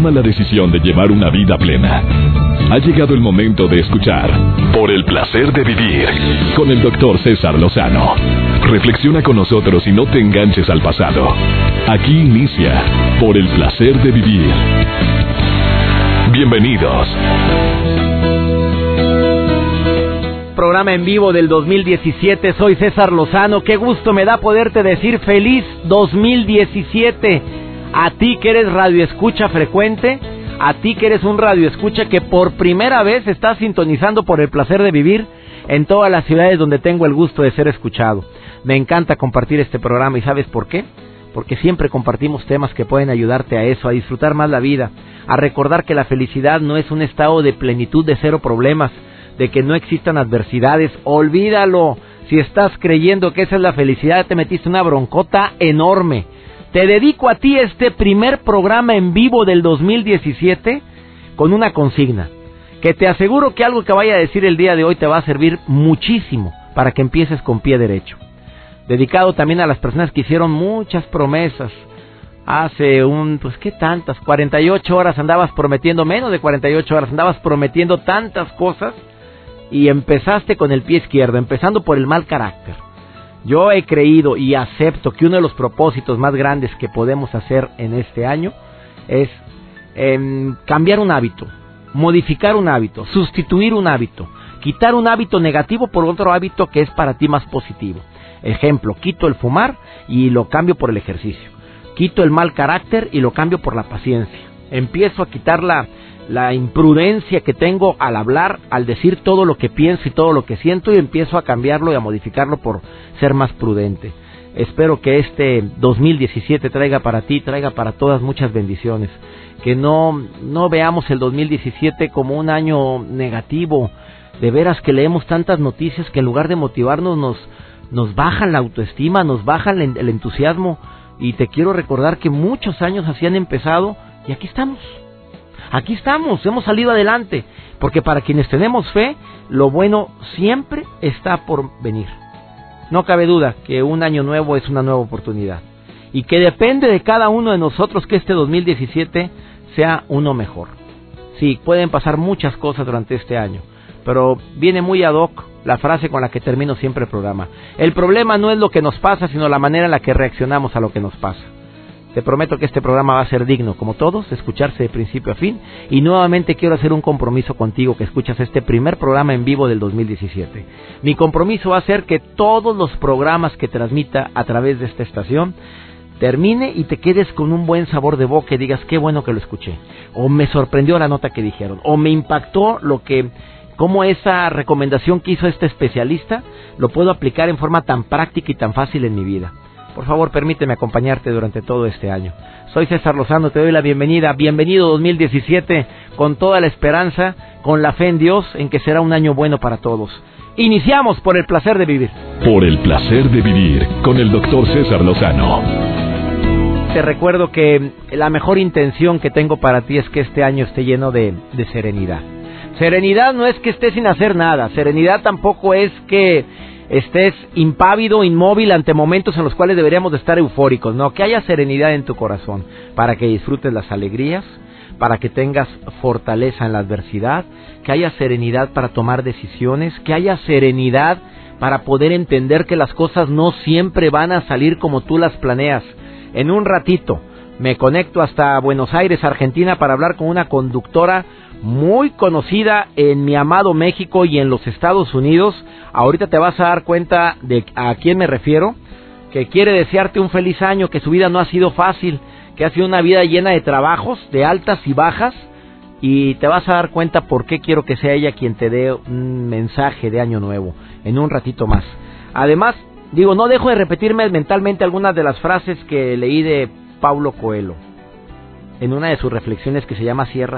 toma la decisión de llevar una vida plena. Ha llegado el momento de escuchar Por el placer de vivir con el Dr. César Lozano. Reflexiona con nosotros y no te enganches al pasado. Aquí inicia Por el placer de vivir. Bienvenidos. Programa en vivo del 2017. Soy César Lozano. Qué gusto me da poderte decir feliz 2017. A ti que eres radioescucha frecuente, a ti que eres un radioescucha que por primera vez estás sintonizando Por el placer de vivir en todas las ciudades donde tengo el gusto de ser escuchado. Me encanta compartir este programa, ¿y sabes por qué? Porque siempre compartimos temas que pueden ayudarte a eso, a disfrutar más la vida, a recordar que la felicidad no es un estado de plenitud, de cero problemas, de que no existan adversidades. Olvídalo. Si estás creyendo que esa es la felicidad, te metiste una broncota enorme. Te dedico a ti este primer programa en vivo del 2017 con una consigna, que te aseguro que algo que vaya a decir el día de hoy te va a servir muchísimo para que empieces con pie derecho. Dedicado también a las personas que hicieron muchas promesas. Hace ¿qué tantas? 48 horas andabas prometiendo, menos de 48 horas, andabas prometiendo tantas cosas y empezaste con el pie izquierdo, empezando por el mal carácter. Yo he creído y acepto que uno de los propósitos más grandes que podemos hacer en este año es cambiar un hábito, modificar un hábito, sustituir un hábito, quitar un hábito negativo por otro hábito que es para ti más positivo. Ejemplo, quito el fumar y lo cambio por el ejercicio. Quito el mal carácter y lo cambio por la paciencia. Empiezo a quitar la imprudencia que tengo al hablar, al decir todo lo que pienso y todo lo que siento, y empiezo a cambiarlo y a modificarlo por ser más prudente. Espero que este 2017 traiga para ti, traiga para todas muchas bendiciones. Que no veamos el 2017 como un año negativo. De veras que leemos tantas noticias que en lugar de motivarnos nos bajan la autoestima, nos bajan el entusiasmo. Y te quiero recordar que muchos años así han empezado y aquí estamos. Aquí estamos, hemos salido adelante. Porque para quienes tenemos fe, lo bueno siempre está por venir. No cabe duda que un año nuevo es una nueva oportunidad. Y que depende de cada uno de nosotros que este 2017 sea uno mejor. Sí, pueden pasar muchas cosas durante este año, pero viene muy ad hoc la frase con la que termino siempre el programa. El problema no es lo que nos pasa, sino la manera en la que reaccionamos a lo que nos pasa. Te prometo que este programa va a ser digno, como todos, escucharse de principio a fin. Y nuevamente quiero hacer un compromiso contigo que escuchas este primer programa en vivo del 2017. Mi compromiso va a ser que todos los programas que transmita a través de esta estación termine y te quedes con un buen sabor de boca y digas qué bueno que lo escuché. O me sorprendió la nota que dijeron. O me impactó cómo esa recomendación que hizo este especialista lo puedo aplicar en forma tan práctica y tan fácil en mi vida. Por favor, permíteme acompañarte durante todo este año. Soy César Lozano, te doy la bienvenida. Bienvenido 2017, con toda la esperanza, con la fe en Dios, en que será un año bueno para todos. Iniciamos Por el placer de vivir. Por el placer de vivir, con el Dr. César Lozano. Te recuerdo que la mejor intención que tengo para ti es que este año esté lleno de serenidad. Serenidad no es que estés sin hacer nada. Serenidad tampoco es que estés impávido, inmóvil ante momentos en los cuales deberíamos de estar eufóricos. No, que haya serenidad en tu corazón para que disfrutes las alegrías, para que tengas fortaleza en la adversidad, que haya serenidad para tomar decisiones, que haya serenidad para poder entender que las cosas no siempre van a salir como tú las planeas. En un ratito me conecto hasta Buenos Aires, Argentina, para hablar con una conductora muy conocida en mi amado México y en los Estados Unidos. Ahorita te vas a dar cuenta de a quién me refiero, que quiere desearte un feliz año, que su vida no ha sido fácil, que ha sido una vida llena de trabajos, de altas y bajas, y te vas a dar cuenta por qué quiero que sea ella quien te dé un mensaje de año nuevo, en un ratito más. Además, no dejo de repetirme mentalmente algunas de las frases que leí de Paulo Coelho, en una de sus reflexiones que se llama Cierra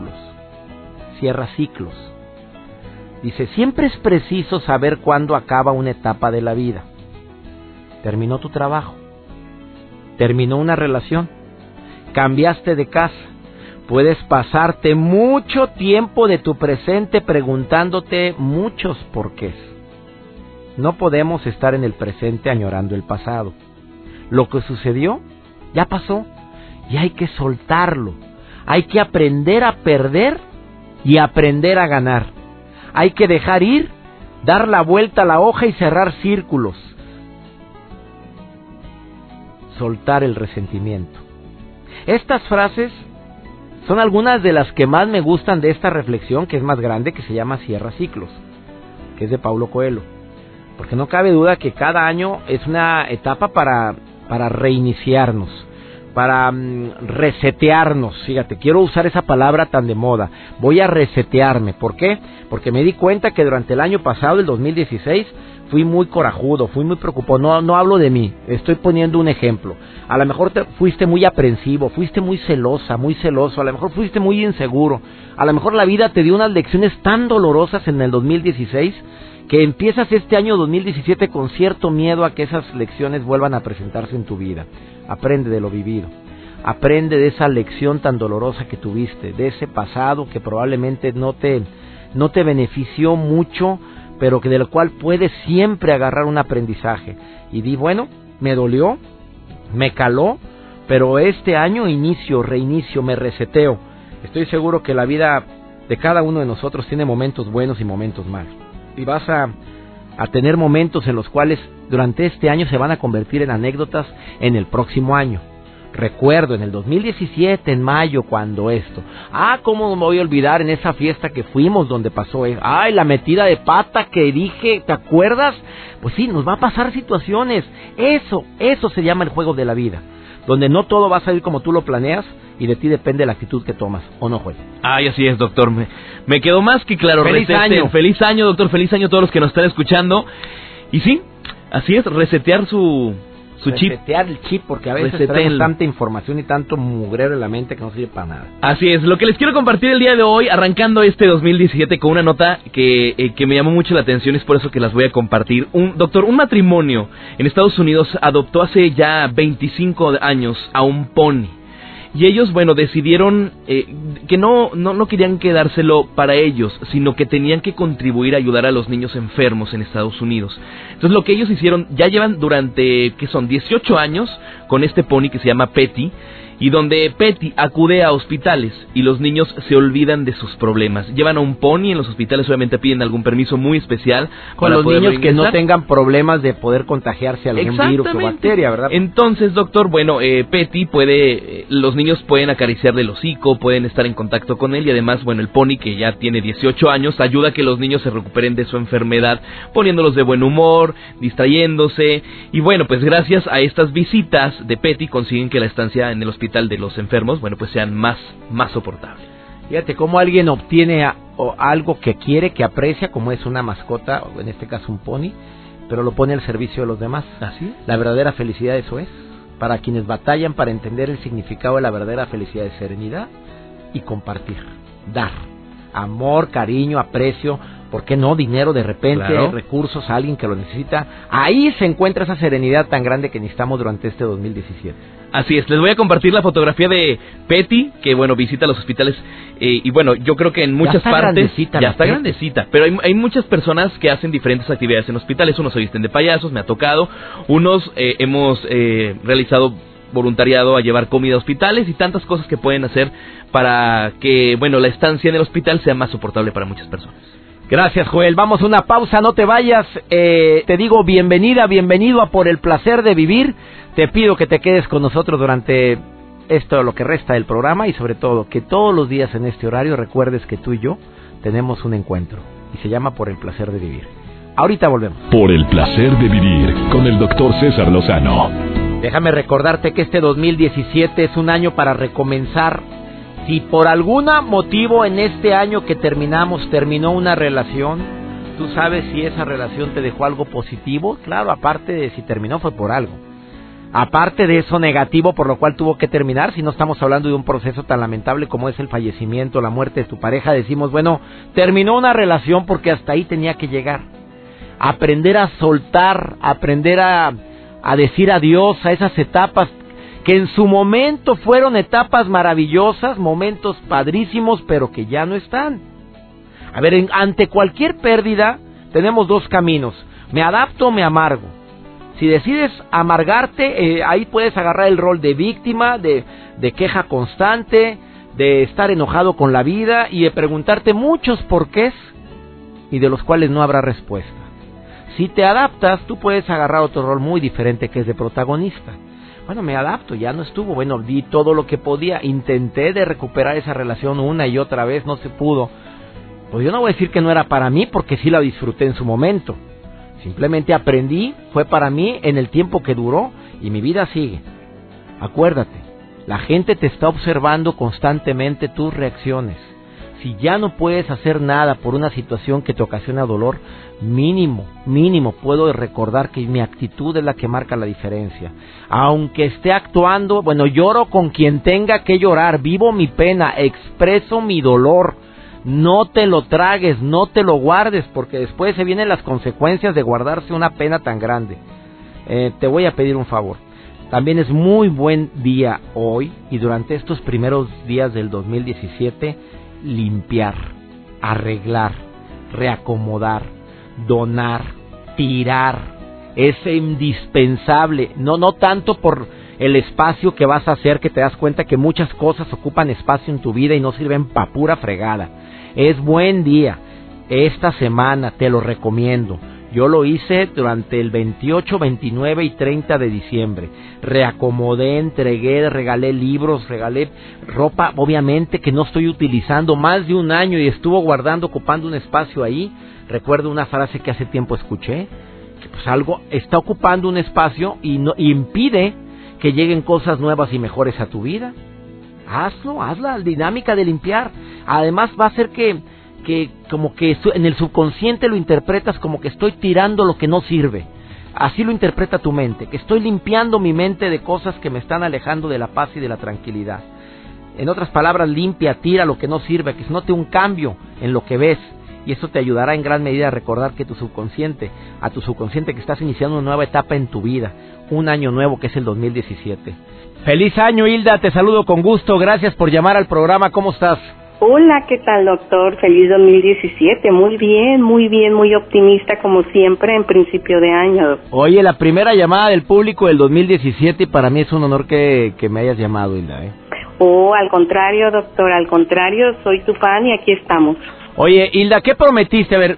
ciclos. Dice, siempre es preciso saber cuándo acaba una etapa de la vida. Terminó tu trabajo, terminó una relación, cambiaste de casa. Puedes pasarte mucho tiempo de tu presente preguntándote muchos porqués. No podemos estar en el presente añorando el pasado. Lo que sucedió ya pasó y hay que soltarlo. Hay que aprender a perder y aprender a ganar. Hay que dejar ir, dar la vuelta a la hoja y cerrar círculos. Soltar el resentimiento. Estas frases son algunas de las que más me gustan de esta reflexión, que es más grande, que se llama Cierra Ciclos, que es de Paulo Coelho. Porque no cabe duda que cada año es una etapa para reiniciarnos, para resetearnos. Fíjate, quiero usar esa palabra tan de moda. Voy a resetearme. ¿Por qué? Porque me di cuenta que durante el año pasado, el 2016, fui muy corajudo, fui muy preocupado. No hablo de mí, estoy poniendo un ejemplo. A lo mejor fuiste muy aprensivo, fuiste muy celosa, muy celoso, a lo mejor fuiste muy inseguro. A lo mejor la vida te dio unas lecciones tan dolorosas en el 2016 que empiezas este año 2017 con cierto miedo a que esas lecciones vuelvan a presentarse en tu vida. Aprende de lo vivido. Aprende de esa lección tan dolorosa que tuviste, de ese pasado que probablemente no te benefició mucho, pero que del cual puedes siempre agarrar un aprendizaje. Y di, bueno, me dolió, me caló, pero este año reinicio, me reseteo. Estoy seguro que la vida de cada uno de nosotros tiene momentos buenos y momentos malos. Y vas a tener momentos en los cuales durante este año se van a convertir en anécdotas en el próximo año. Recuerdo en el 2017, en mayo, cuando esto. ¿Cómo me voy a olvidar en esa fiesta que fuimos donde pasó eso? La metida de pata que dije, ¿te acuerdas? Pues sí, nos va a pasar situaciones. Eso se llama el juego de la vida, donde no todo va a salir como tú lo planeas y de ti depende la actitud que tomas, ¿o no, Joel? Así es, doctor. Me quedó más que claro. ¡Feliz año! Feliz año, doctor. Feliz año a todos los que nos están escuchando. Y sí, así es, resetear su chip. Resetear el chip, porque a veces traemos tanta información y tanto mugrero en la mente que no sirve para nada. Así es, lo que les quiero compartir el día de hoy, arrancando este 2017 con una nota que me llamó mucho la atención, es por eso que las voy a compartir. Un matrimonio en Estados Unidos adoptó hace ya 25 años a un pony. Y ellos, decidieron que no querían quedárselo para ellos, sino que tenían que contribuir a ayudar a los niños enfermos en Estados Unidos. Entonces lo que ellos hicieron, ya llevan durante, 18 años con este pony que se llama Petty, y donde Petty acude a hospitales y los niños se olvidan de sus problemas. Llevan a un pony en los hospitales, obviamente piden algún permiso muy especial con los niños que no tengan problemas de poder contagiarse algún virus o bacteria, ¿verdad? Entonces, doctor, Petty los niños pueden acariciarle el hocico, pueden estar en contacto con él y además, el pony que ya tiene 18 años ayuda a que los niños se recuperen de su enfermedad, poniéndolos de buen humor, distrayéndose y pues gracias a estas visitas de Petty consiguen que la estancia en el hospital de los enfermos, sean más soportables. Fíjate cómo alguien obtiene algo que quiere, que aprecia, como es una mascota, o en este caso un pony, pero lo pone al servicio de los demás. ¿Así? La verdadera felicidad eso es. Para quienes batallan para entender el significado de la verdadera felicidad, es serenidad y compartir, dar amor, cariño, aprecio, ¿por qué no? Dinero de repente, claro. Recursos a alguien que lo necesita. Ahí se encuentra esa serenidad tan grande que necesitamos durante este 2017. Así es, les voy a compartir la fotografía de Petty, que visita los hospitales, yo creo que en muchas partes ya está grandecita, pero hay muchas personas que hacen diferentes actividades en hospitales, unos se visten de payasos, me ha tocado, unos hemos realizado voluntariado a llevar comida a hospitales y tantas cosas que pueden hacer para que, la estancia en el hospital sea más soportable para muchas personas. Gracias, Joel. Vamos a una pausa, no te vayas. Te digo bienvenida, bienvenido a Por el Placer de Vivir. Te pido que te quedes con nosotros durante lo que resta del programa y sobre todo que todos los días en este horario recuerdes que tú y yo tenemos un encuentro y se llama Por el Placer de Vivir. Ahorita volvemos. Por el Placer de Vivir con el Dr. César Lozano. Déjame recordarte que este 2017 es un año para recomenzar. Si por algún motivo en este año que terminó una relación, tú sabes si esa relación te dejó algo positivo. Claro, aparte de si terminó fue por algo. Aparte de eso negativo por lo cual tuvo que terminar, si no estamos hablando de un proceso tan lamentable como es el fallecimiento, la muerte de tu pareja, decimos, terminó una relación porque hasta ahí tenía que llegar. Aprender a soltar, aprender a decir adiós a esas etapas que en su momento fueron etapas maravillosas, momentos padrísimos, pero que ya no están. A ver, ante cualquier pérdida tenemos dos caminos: me adapto o me amargo. Si decides amargarte, ahí puedes agarrar el rol de víctima, de queja constante, de estar enojado con la vida y de preguntarte muchos porqués y de los cuales no habrá respuesta. Si te adaptas, tú puedes agarrar otro rol muy diferente, que es de protagonista. Bueno, me adapto, ya no estuvo, bueno, di todo lo que podía, intenté de recuperar esa relación una y otra vez, no se pudo. Pues yo no voy a decir que no era para mí, porque sí la disfruté en su momento. Simplemente aprendí, fue para mí en el tiempo que duró y mi vida sigue. Acuérdate, la gente te está observando constantemente tus reacciones. Si ya no puedes hacer nada por una situación que te ocasiona dolor, mínimo puedo recordar que mi actitud es la que marca la diferencia. Aunque esté actuando, bueno, lloro con quien tenga que llorar, vivo mi pena, expreso mi dolor. No te lo tragues, no te lo guardes, porque después se vienen las consecuencias de guardarse una pena tan grande. Te voy a pedir un favor. También es muy buen día hoy y durante estos primeros días del 2017, limpiar, arreglar, reacomodar, donar, tirar. Es indispensable, no tanto por el espacio que vas a hacer, que te das cuenta que muchas cosas ocupan espacio en tu vida y no sirven pa' pura fregada. Es buen día, esta semana te lo recomiendo. Yo lo hice durante el 28, 29 y 30 de diciembre. Reacomodé, entregué, regalé libros, regalé ropa, obviamente que no estoy utilizando más de un año y estuvo guardando, ocupando un espacio ahí. Recuerdo una frase que hace tiempo escuché, que pues algo está ocupando un espacio y impide que lleguen cosas nuevas y mejores a tu vida. Haz la dinámica de limpiar. Además va a hacer que como que en el subconsciente lo interpretas como que estoy tirando lo que no sirve. Así lo interpreta tu mente, que estoy limpiando mi mente de cosas que me están alejando de la paz y de la tranquilidad. En otras palabras, limpia, tira lo que no sirve, que se note un cambio en lo que ves. Y eso te ayudará en gran medida a recordar que a tu subconsciente que estás iniciando una nueva etapa en tu vida, un año nuevo que es el 2017. ¡Feliz año, Hilda! Te saludo con gusto, gracias por llamar al programa, ¿cómo estás? Hola, ¿qué tal, doctor? Feliz 2017, muy bien, muy optimista como siempre en principio de año. Oye, la primera llamada del público del 2017 y para mí es un honor que me hayas llamado, Hilda, Al contrario, doctor, al contrario, soy tu fan y aquí estamos. Oye, Hilda, ¿qué prometiste? A ver,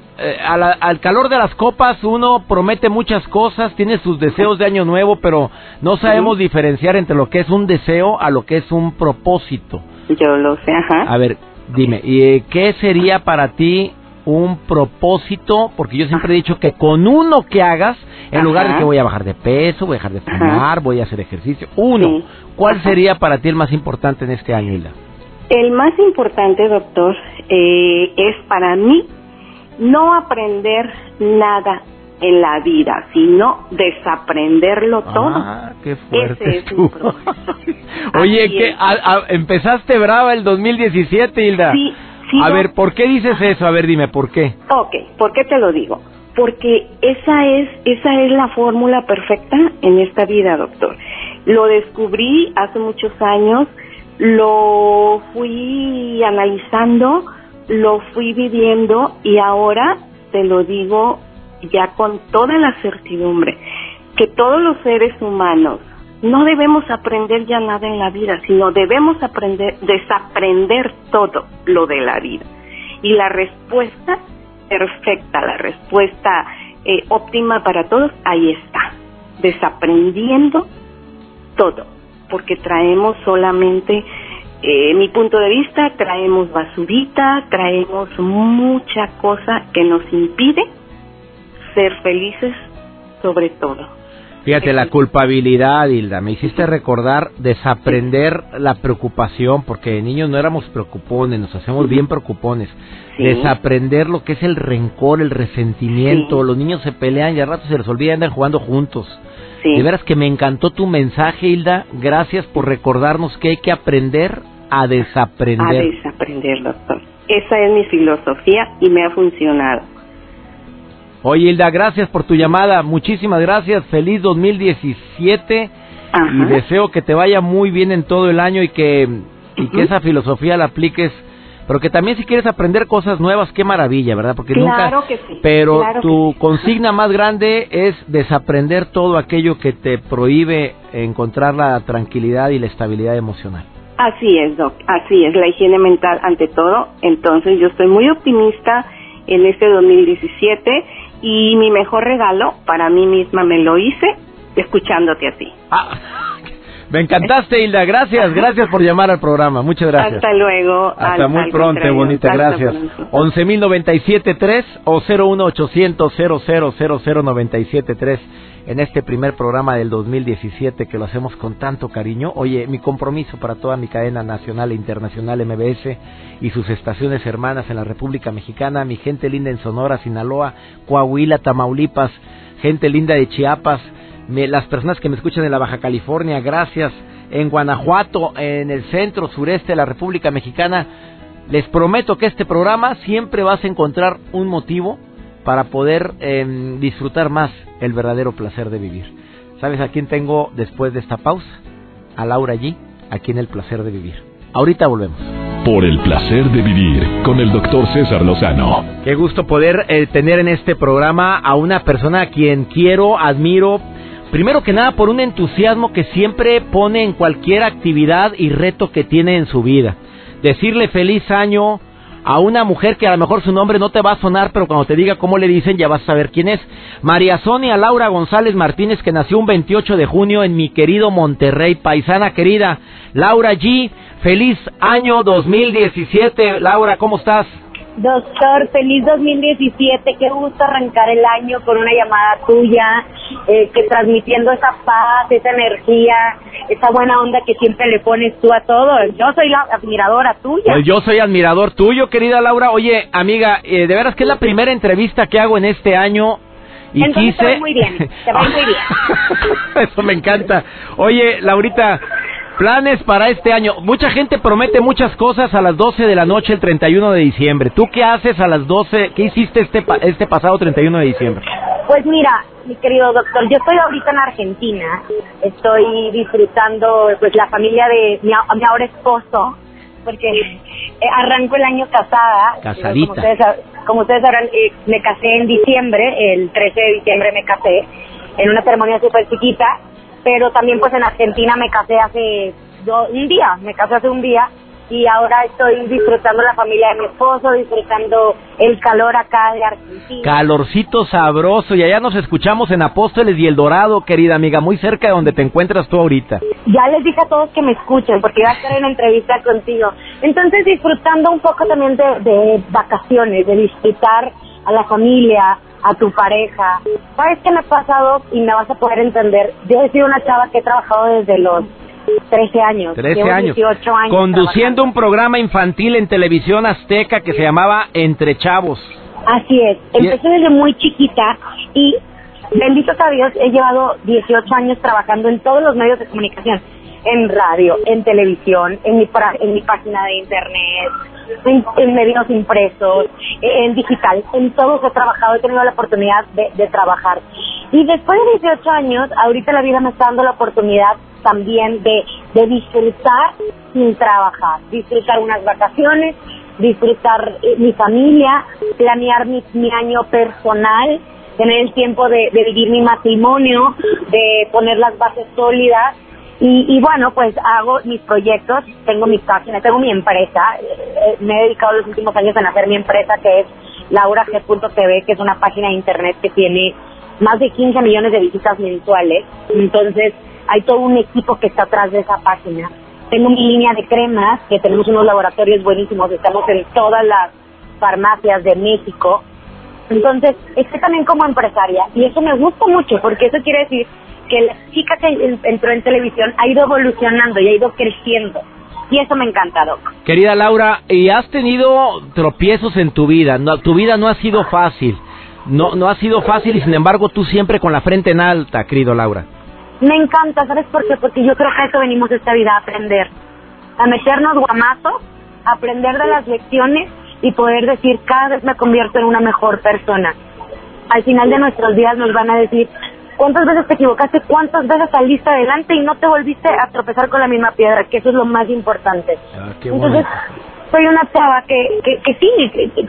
al calor de las copas uno promete muchas cosas, tiene sus deseos de año nuevo, pero no sabemos diferenciar entre lo que es un deseo a lo que es un propósito. Yo lo sé, ajá. A ver, dime, ¿qué sería para ti un propósito? Porque yo siempre he dicho que con uno que hagas, en lugar de que voy a bajar de peso, voy a dejar de fumar, voy a hacer ejercicio, ¿cuál sería para ti el más importante en este año, Hilda? El más importante, doctor, es para mí no aprender nada en la vida, sino desaprenderlo todo. Ah, qué fuerte. Ese es mi propósito. Oye, que empezaste brava el 2017, Hilda. Sí. A ver, ¿por qué dices eso? A ver, dime, ¿por qué? Ok, ¿por qué te lo digo? Porque esa es la fórmula perfecta en esta vida, doctor. Lo descubrí hace muchos años, lo fui analizando, lo fui viviendo y ahora te lo digo ya con toda la certidumbre, que todos los seres humanos no debemos aprender ya nada en la vida, sino debemos desaprender todo lo de la vida. Y la respuesta perfecta, la respuesta óptima para todos, ahí está, desaprendiendo todo, porque traemos solamente, mi punto de vista, traemos basurita, traemos mucha cosa que nos impide ser felices sobre todo. Fíjate, la culpabilidad, Hilda, me hiciste recordar desaprender la preocupación, porque de niños no éramos preocupones, nos hacemos bien preocupones. Desaprender lo que es el rencor, el resentimiento, los niños se pelean y al rato se les olvida y andan jugando juntos. De veras que me encantó tu mensaje, Hilda, gracias por recordarnos que hay que aprender a desaprender. A desaprender, doctor. Esa es mi filosofía y me ha funcionado. Oye, Hilda, gracias por tu llamada, muchísimas gracias, feliz 2017 y deseo que te vaya muy bien en todo el año y que esa filosofía la apliques, pero que también si quieres aprender cosas nuevas, qué maravilla, ¿verdad? Porque claro que sí. Pero tu consigna más grande es desaprender todo aquello que te prohíbe encontrar la tranquilidad y la estabilidad emocional. Así es, Doc, así es, la higiene mental ante todo. Entonces yo estoy muy optimista en este 2017 y mi mejor regalo para mí misma me lo hice escuchándote a ti. Me encantaste, Hilda, gracias por llamar al programa, muchas gracias. Hasta luego. Hasta muy pronto, bonita, gracias. 11,097.3 o 01800 en este primer programa del 2017 que lo hacemos con tanto cariño. Oye, mi compromiso para toda mi cadena nacional e internacional MBS y sus estaciones hermanas en la República Mexicana, mi gente linda en Sonora, Sinaloa, Coahuila, Tamaulipas, gente linda de Chiapas, las personas que me escuchan en la Baja California, gracias, en Guanajuato, en el centro, sureste de la República Mexicana. Les prometo que este programa siempre vas a encontrar un motivo para poder disfrutar más el verdadero placer de vivir. ¿Sabes a quién tengo después de esta pausa? A Laura G, aquí en El Placer de Vivir. Ahorita volvemos. Por el placer de vivir con el doctor César Lozano. Qué gusto poder tener en este programa a una persona a quien quiero, admiro, primero que nada por un entusiasmo que siempre pone en cualquier actividad y reto que tiene en su vida. Decirle feliz año a una mujer que a lo mejor su nombre no te va a sonar, pero cuando te diga cómo le dicen ya vas a saber quién es. María Sonia Laura González Martínez, que nació un 28 de junio en mi querido Monterrey. Paisana querida, Laura G, feliz año 2017. Laura, ¿cómo estás? Doctor, feliz 2017, qué gusto arrancar el año con una llamada tuya, que transmitiendo esa paz, esa energía, esa buena onda que siempre le pones tú a todo. Yo soy la admiradora tuya. Pues yo soy admirador tuyo, querida Laura. Oye, amiga, de veras que es la primera entrevista que hago en este año. Y entonces quise... te va muy bien, te va muy bien. Eso me encanta. Oye, Laurita, planes para este año. Mucha gente promete muchas cosas a las 12 de la noche el 31 de diciembre. ¿Tú qué haces a las 12? ¿Qué hiciste este pasado 31 de diciembre? Pues mira, mi querido doctor, yo estoy ahorita en Argentina. Estoy disfrutando pues la familia de mi ahora esposo, porque arranco el año casada. Casadita. Como ustedes sabrán, me casé en diciembre, el 13 de diciembre me casé, en una ceremonia súper chiquita. Pero también pues en Argentina me casé hace un día y ahora estoy disfrutando la familia de mi esposo, disfrutando el calor acá de Argentina. Calorcito sabroso, y allá nos escuchamos en Apóstoles y El Dorado, querida amiga, muy cerca de donde te encuentras tú ahorita. Ya les dije a todos que me escuchen porque iba a estar en la entrevista contigo. Entonces disfrutando un poco también de vacaciones, de disfrutar a la familia, a tu pareja. ¿Sabes qué me ha pasado? Y me vas a poder entender. Yo he sido una chava que he trabajado desde los 13 años. 13 Llevo años. 18 años conduciendo un programa infantil en televisión azteca que se llamaba Entre Chavos. Así es. Empecé desde muy chiquita y, bendito sea Dios, he llevado 18 años trabajando en todos los medios de comunicación. En radio, en televisión, en mi página de internet, en medios impresos, en digital, en todos he trabajado, he tenido la oportunidad de trabajar. Y después de 18 años, ahorita la vida me está dando la oportunidad también de disfrutar sin trabajar, disfrutar unas vacaciones, disfrutar mi familia, planear mi año personal, tener el tiempo de vivir mi matrimonio, de poner las bases sólidas. Y bueno, pues hago mis proyectos, tengo mi página, tengo mi empresa, me he dedicado los últimos años a hacer mi empresa que es laurag.tv, que es una página de internet que tiene más de 15 millones de visitas mensuales. Entonces hay todo un equipo que está atrás de esa página. Tengo mi línea de cremas, que tenemos unos laboratorios buenísimos, estamos en todas las farmacias de México. Entonces estoy también como empresaria y eso me gusta mucho porque eso quiere decir que la chica que entró en televisión ha ido evolucionando y ha ido creciendo. Y eso me encanta, Doc. Querida Laura, ¿y has tenido tropiezos en tu vida? No, tu vida no ha sido fácil. No ha sido fácil y sin embargo tú siempre con la frente en alta, querido Laura. Me encanta, ¿sabes por qué? Porque yo creo que a eso venimos esta vida, a aprender. A meternos guamazos, a aprender de las lecciones y poder decir, cada vez me convierto en una mejor persona. Al final de nuestros días nos van a decir, ¿cuántas veces te equivocaste? ¿Cuántas veces saliste adelante y no te volviste a tropezar con la misma piedra? Que eso es lo más importante. Entonces, soy una chava que sí, que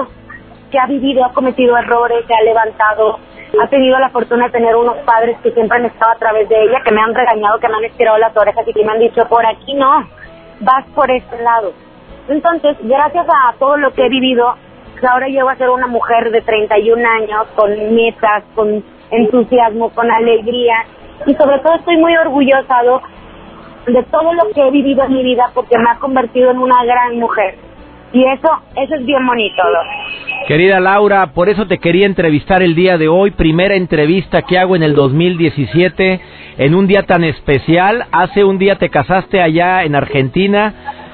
ha vivido, ha cometido errores, se ha levantado, ha tenido la fortuna de tener unos padres que siempre han estado a través de ella, que me han regañado, que me han estirado las orejas y que me han dicho, por aquí no, vas por este lado. Entonces, gracias a todo lo que he vivido, pues ahora llego a ser una mujer de 31 años, con metas, con entusiasmo, con alegría, y sobre todo estoy muy orgullosa, Doc, de todo lo que he vivido en mi vida, porque me ha convertido en una gran mujer. Y eso es bien bonito, Doc. Querida Laura, por eso te quería entrevistar el día de hoy, primera entrevista que hago en el 2017, en un día tan especial. Hace un día te casaste allá en Argentina.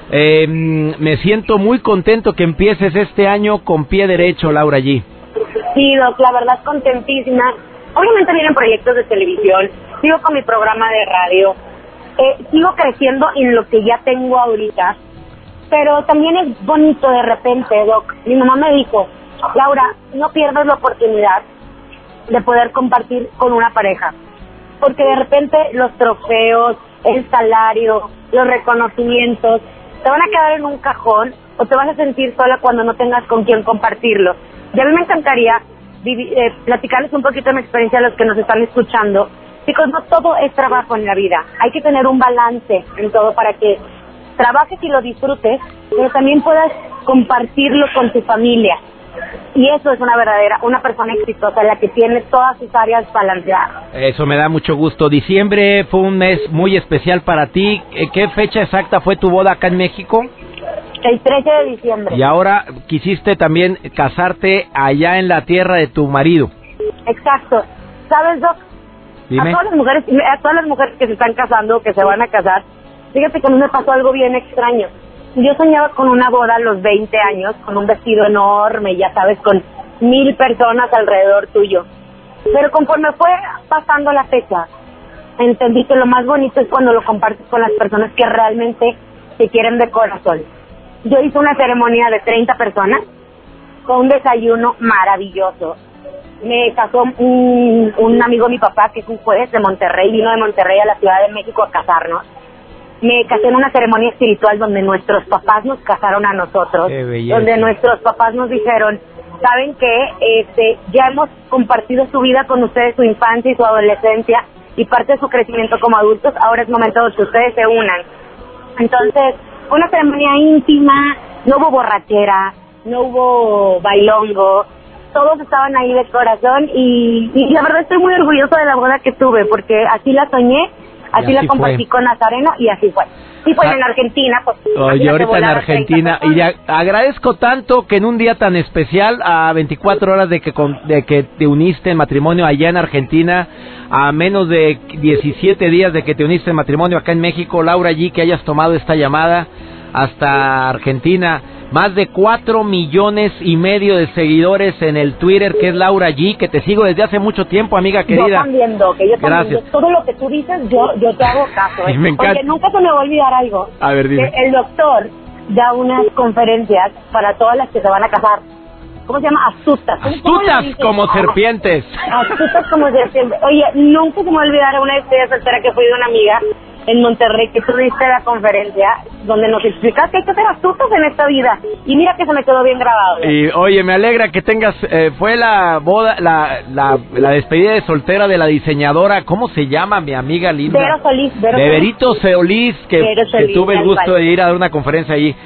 Me siento muy contento que empieces este año con pie derecho, Laura G. Sí, Doc, la verdad contentísima. Obviamente vienen proyectos de televisión, sigo con mi programa de radio, sigo creciendo en lo que ya tengo ahorita, pero también es bonito de repente, Doc. Mi mamá me dijo, Laura, no pierdas la oportunidad de poder compartir con una pareja, porque de repente los trofeos, el salario, los reconocimientos te van a quedar en un cajón o te vas a sentir sola cuando no tengas con quién compartirlo. Y a mí me encantaría platicarles un poquito de mi experiencia a los que nos están escuchando. Chicos, no todo es trabajo en la vida. Hay que tener un balance en todo para que trabajes y lo disfrutes, pero también puedas compartirlo con tu familia. Y eso es una persona exitosa, la que tiene todas sus áreas balanceadas. Eso me da mucho gusto. Diciembre fue un mes muy especial para ti. ¿Qué fecha exacta fue tu boda acá en México? El 13 de diciembre. Y ahora quisiste también casarte allá en la tierra de tu marido. Exacto. ¿Sabes, Doc? Dime. A todas las mujeres que se están casando, que se van a casar, fíjate que a mí me pasó algo bien extraño. Yo soñaba con una boda a los 20 años, con un vestido enorme, ya sabes, con 1000 personas alrededor tuyo. Pero conforme fue pasando la fecha, entendí que lo más bonito es cuando lo compartes con las personas que realmente te quieren de corazón. Yo hice una ceremonia de 30 personas, con un desayuno maravilloso. Me casó un amigo de mi papá, que es un juez de Monterrey, vino de Monterrey a la Ciudad de México a casarnos. Me casé en una ceremonia espiritual donde nuestros papás nos casaron a nosotros, donde nuestros papás nos dijeron, ¿saben qué? Ya hemos compartido su vida con ustedes, su infancia y su adolescencia, y parte de su crecimiento como adultos, ahora es momento de que ustedes se unan. Entonces, fue una ceremonia íntima, no hubo borrachera, no hubo bailongo, todos estaban ahí de corazón, y la verdad estoy muy orgullosa de la boda que tuve, porque así la soñé. Así la compartí con Nazareno y así fue. Y fue en Argentina. Pues, oye, ahorita en Argentina. Y agradezco tanto que en un día tan especial, a 24 horas de que te uniste en matrimonio allá en Argentina, a menos de 17 días de que te uniste en matrimonio acá en México, Laura G., que hayas tomado esta llamada hasta Argentina. Más de 4.5 millones de seguidores en el Twitter, que es Laura G., que te sigo desde hace mucho tiempo, amiga querida. Yo también, Doc, gracias. Todo lo que tú dices, yo te hago caso. Me encanta. Porque nunca se me va a olvidar algo. A ver, dime. Que el doctor da unas conferencias para todas las que se van a casar. ¿Cómo se llama? Astutas. Astutas como serpientes. Astutas como serpientes. Oye, nunca se me va a olvidar una despedida soltera que fui de una amiga en Monterrey, que tú diste la conferencia donde nos explicaste que hay que ser astutos en esta vida, y mira que se me quedó bien grabado. Y oye, me alegra que tengas, fue la boda, la despedida de soltera de la diseñadora, ¿cómo se llama mi amiga linda? Vero Solís. Verito Solís, que tuve el gusto de ir a dar una conferencia allí.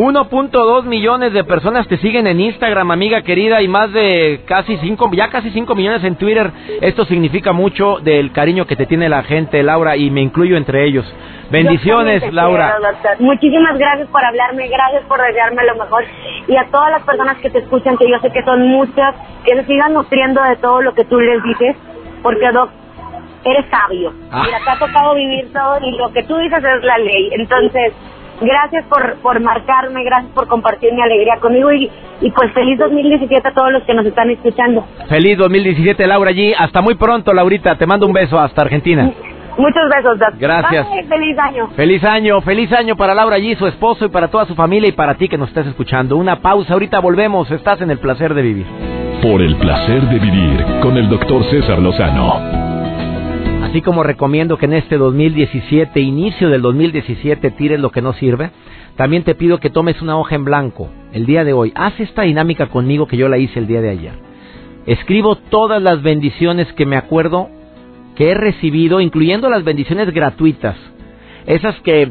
1.2 millones de personas te siguen en Instagram, amiga querida, y más de casi 5 millones en Twitter. Esto significa mucho del cariño que te tiene la gente, Laura, y me incluyo entre ellos. Bendiciones, Laura. Muchísimas gracias por hablarme, gracias por desearme lo mejor, y a todas las personas que te escuchan, que yo sé que son muchas, que se sigan nutriendo de todo lo que tú les dices, porque, Doc, eres sabio. Mira, te ha tocado vivir todo, y lo que tú dices es la ley. Entonces, gracias por marcarme, gracias por compartir mi alegría conmigo, y pues feliz 2017 a todos los que nos están escuchando. Feliz 2017, Laura G. Hasta muy pronto, Laurita. Te mando un beso hasta Argentina. Muchos besos, Doc. Gracias. Bye, feliz año. Feliz año para Laura G., su esposo, y para toda su familia, y para ti que nos estás escuchando. Una pausa, ahorita volvemos. Estás en El Placer de Vivir. Por el placer de vivir con el Dr. César Lozano. Así como recomiendo que en este 2017, inicio del 2017, tires lo que no sirve, también te pido que tomes una hoja en blanco el día de hoy. Haz esta dinámica conmigo que yo la hice el día de ayer. Escribo todas las bendiciones que me acuerdo que he recibido, incluyendo las bendiciones gratuitas, esas que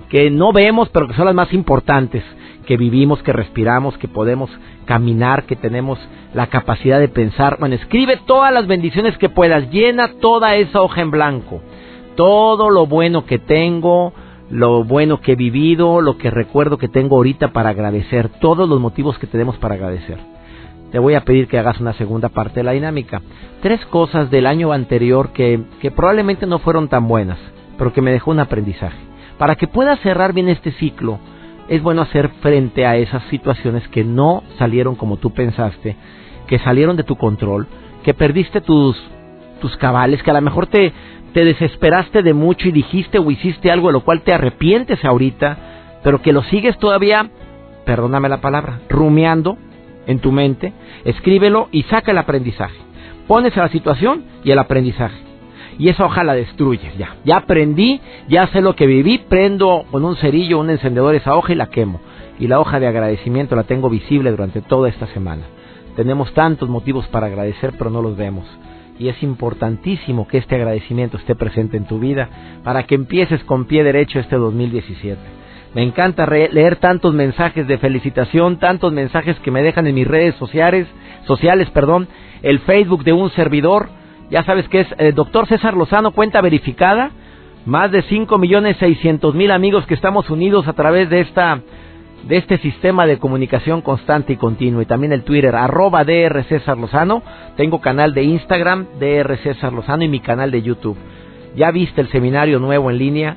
que no vemos, pero que son las más importantes, que vivimos, que respiramos, que podemos caminar, que tenemos la capacidad de pensar. Bueno, escribe todas las bendiciones que puedas, llena toda esa hoja en blanco, todo lo bueno que tengo, lo bueno que he vivido, lo que recuerdo que tengo ahorita para agradecer, todos los motivos que tenemos para agradecer. Te voy a pedir que hagas una segunda parte de la dinámica. 3 cosas del año anterior que probablemente no fueron tan buenas, pero que me dejó un aprendizaje. Para que puedas cerrar bien este ciclo, es bueno hacer frente a esas situaciones que no salieron como tú pensaste, que salieron de tu control, que perdiste tus cabales, que a lo mejor te desesperaste de mucho y dijiste o hiciste algo de lo cual te arrepientes ahorita, pero que lo sigues todavía, perdóname la palabra, rumiando en tu mente. Escríbelo y saca el aprendizaje. Pones a la situación y el aprendizaje. Y esa hoja la destruyes. Ya aprendí, ya sé lo que viví, prendo con un cerillo, un encendedor esa hoja y la quemo. Y la hoja de agradecimiento la tengo visible durante toda esta semana. Tenemos tantos motivos para agradecer, pero no los vemos. Y es importantísimo que este agradecimiento esté presente en tu vida para que empieces con pie derecho este 2017. Me encanta leer tantos mensajes de felicitación, tantos mensajes que me dejan en mis redes sociales, el Facebook de un servidor. Ya sabes que es Dr. César Lozano, cuenta verificada. Más de 5.600.000 amigos que estamos unidos a través de este sistema de comunicación constante y continua. Y también el Twitter, @Dr. César Lozano. Tengo canal de Instagram, Dr. César Lozano, y mi canal de YouTube. ¿Ya viste el seminario nuevo en línea?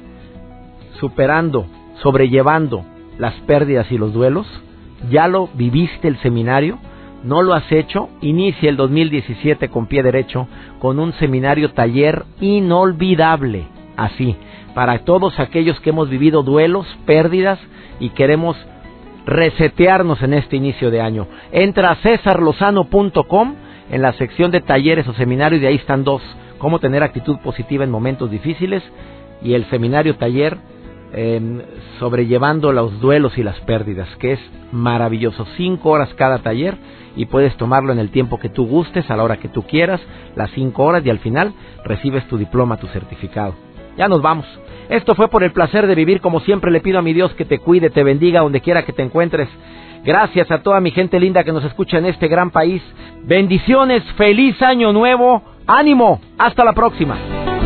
Sobrellevando las pérdidas y los duelos. ¿Ya lo viviste el seminario? ¿No lo has hecho? Inicia el 2017 con pie derecho con un seminario taller inolvidable. Así, para todos aquellos que hemos vivido duelos, pérdidas y queremos resetearnos en este inicio de año. Entra a cesarlozano.com en la sección de talleres o seminarios y ahí están 2. Cómo tener actitud positiva en momentos difíciles y el seminario taller sobrellevando los duelos y las pérdidas, que es maravilloso. 5 horas cada taller y puedes tomarlo en el tiempo que tú gustes, a la hora que tú quieras, las 5 horas, y al final recibes tu diploma, tu certificado. Ya nos vamos. Esto fue Por el Placer de Vivir. Como siempre le pido a mi Dios que te cuide, te bendiga donde quiera que te encuentres. Gracias a toda mi gente linda que nos escucha en este gran país. Bendiciones, feliz año nuevo, ánimo, hasta la próxima.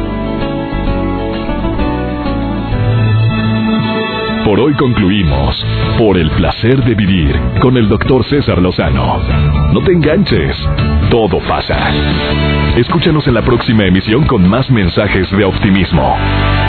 Por hoy concluimos Por el Placer de Vivir con el Dr. César Lozano. No te enganches, todo pasa. Escúchanos en la próxima emisión con más mensajes de optimismo.